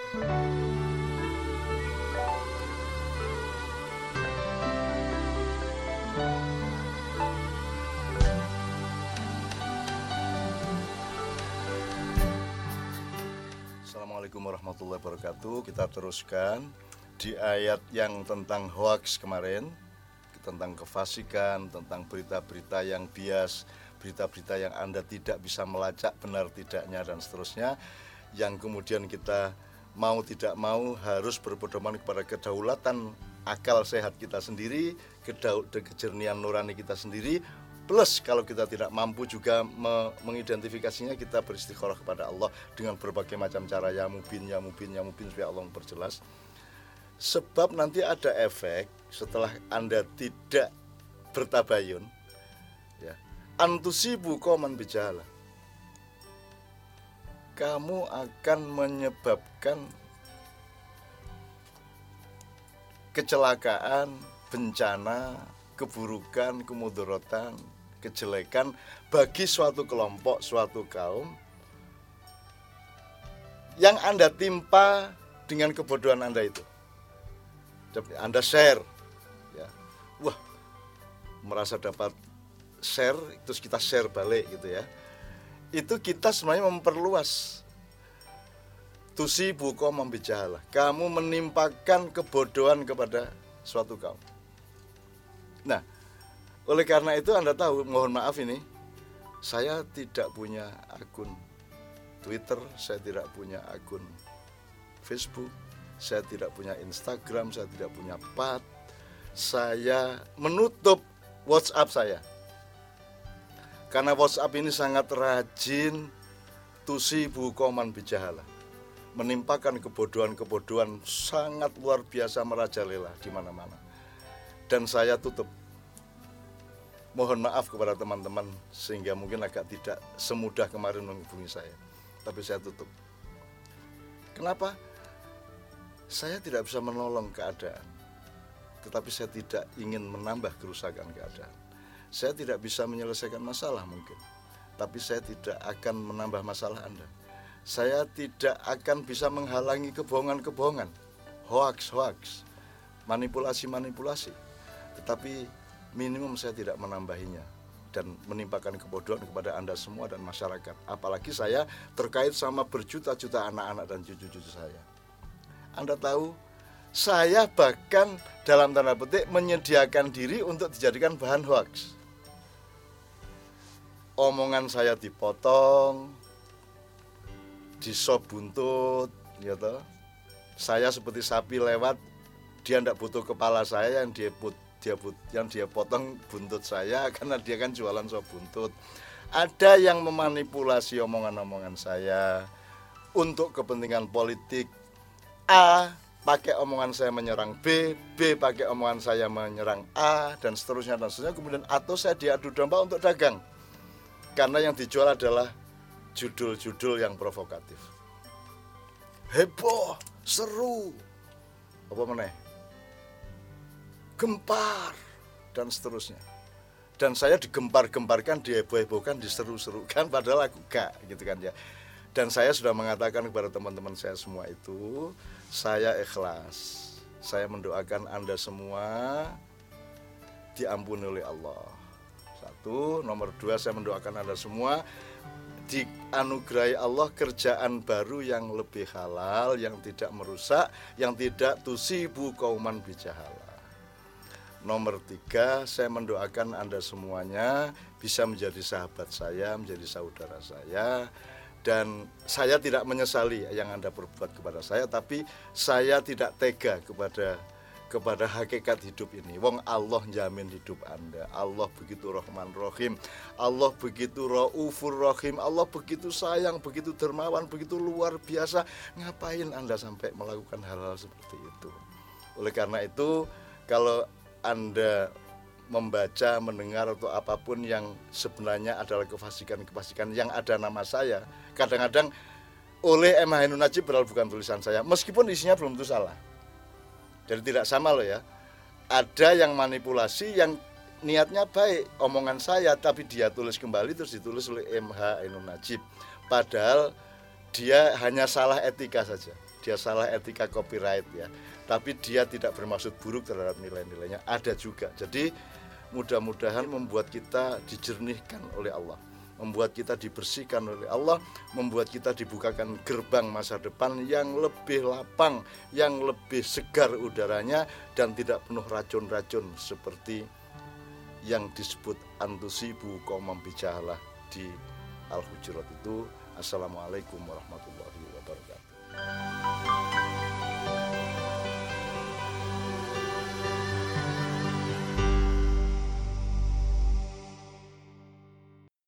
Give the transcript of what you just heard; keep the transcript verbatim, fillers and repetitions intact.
Assalamualaikum warahmatullahi wabarakatuh. Kita teruskan di ayat yang tentang hoax kemarin, tentang kefasikan, tentang berita-berita yang bias, berita-berita yang Anda tidak bisa melacak benar tidaknya dan seterusnya, yang kemudian kita mau tidak mau harus berpedoman kepada kedaulatan akal sehat kita sendiri, kejernihan nurani kita sendiri. Plus kalau kita tidak mampu juga me- mengidentifikasinya, kita beristikharah kepada Allah dengan berbagai macam cara, ya mubin, ya mubin, ya mubin, supaya Allah memperjelas. Sebab nanti ada efek setelah Anda tidak bertabayun, ya, antusibu qauman bijahalah, kamu akan menyebabkan kecelakaan, bencana, keburukan, kemudorotan, kejelekan bagi suatu kelompok, suatu kaum yang Anda timpa dengan kebodohan Anda itu. Anda share, ya, wah, merasa dapat share, terus kita share balik gitu ya. Itu kita sebenarnya memperluas tusibu qauman bijahalah, kamu menimpakan kebodohan kepada suatu kaum. Nah, oleh karena itu Anda tahu, mohon maaf ini, saya tidak punya akun Twitter, saya tidak punya akun Facebook, saya tidak punya Instagram, saya tidak punya Pad, saya menutup WhatsApp saya. Karena WhatsApp ini sangat rajin tusibu qauman bijahalah, menimpakan kebodohan-kebodohan sangat luar biasa merajalela di mana-mana. Dan saya tutup. Mohon maaf kepada teman-teman sehingga mungkin agak tidak semudah kemarin menghubungi saya, tapi saya tutup. Kenapa? Saya tidak bisa menolong keadaan, tetapi saya tidak ingin menambah kerusakan keadaan. Saya tidak bisa menyelesaikan masalah mungkin, tapi saya tidak akan menambah masalah Anda. Saya tidak akan bisa menghalangi kebohongan-kebohongan, hoaks-hoaks, manipulasi-manipulasi, tetapi minimum saya tidak menambahinya dan menimpakan kebodohan kepada Anda semua dan masyarakat. Apalagi saya terkait sama berjuta-juta anak-anak dan cucu-cucu saya. Anda tahu, saya bahkan dalam tanda petik menyediakan diri untuk dijadikan bahan hoaks. Omongan saya dipotong, disop buntut, gitu. Saya seperti sapi lewat, dia tidak butuh kepala saya, yang dia butuh Dia, yang dia potong buntut saya, karena dia kan jualan sop buntut. Ada yang memanipulasi omongan-omongan saya untuk kepentingan politik. A pakai omongan saya menyerang B, B pakai omongan saya menyerang A, dan seterusnya dan seterusnya. Kemudian atau saya diadu domba untuk dagang, karena yang dijual adalah judul-judul yang provokatif, heboh, seru, apa meneh, gempar, dan seterusnya. Dan saya digempar-gemparkan, diheboh-hebohkan, diseru-serukan, padahal aku gak, gitu kan ya. Dan saya sudah mengatakan kepada teman-teman saya semua itu, saya ikhlas. Saya mendoakan Anda semua diampuni oleh Allah. Satu, nomor dua, saya mendoakan Anda semua dianugerahi Allah kerjaan baru yang lebih halal, yang tidak merusak, yang tidak tusibu qauman bijahalah. Nomor tiga, saya mendoakan Anda semuanya bisa menjadi sahabat saya, menjadi saudara saya. Dan saya tidak menyesali yang Anda perbuat kepada saya, tapi saya tidak tega kepada kepada hakikat hidup ini. Wong Allah jamin hidup Anda. Allah begitu Rahman Rahim, Allah begitu Raufur Rahim, Allah begitu sayang, begitu dermawan, begitu luar biasa. Ngapain Anda sampai melakukan hal-hal seperti itu? Oleh karena itu, kalau Anda membaca, mendengar atau apapun yang sebenarnya adalah kefasikan-kefasikan yang ada nama saya, kadang-kadang oleh M. Ainun Najib, padahal bukan tulisan saya, meskipun isinya belum tentu salah. Jadi tidak sama loh ya. Ada yang manipulasi yang niatnya baik, omongan saya, tapi dia tulis kembali terus ditulis oleh M. Ainun Najib. Padahal dia hanya salah etika saja, dia salah etika copyright ya, tapi dia tidak bermaksud buruk terhadap nilai-nilainya, ada juga. Jadi mudah-mudahan membuat kita dijernihkan oleh Allah, membuat kita dibersihkan oleh Allah, membuat kita dibukakan gerbang masa depan yang lebih lapang, yang lebih segar udaranya, dan tidak penuh racun-racun seperti yang disebut antusibu qaumam bijahalah di Al-Hujurat itu. Assalamualaikum warahmatullahi wabarakatuh.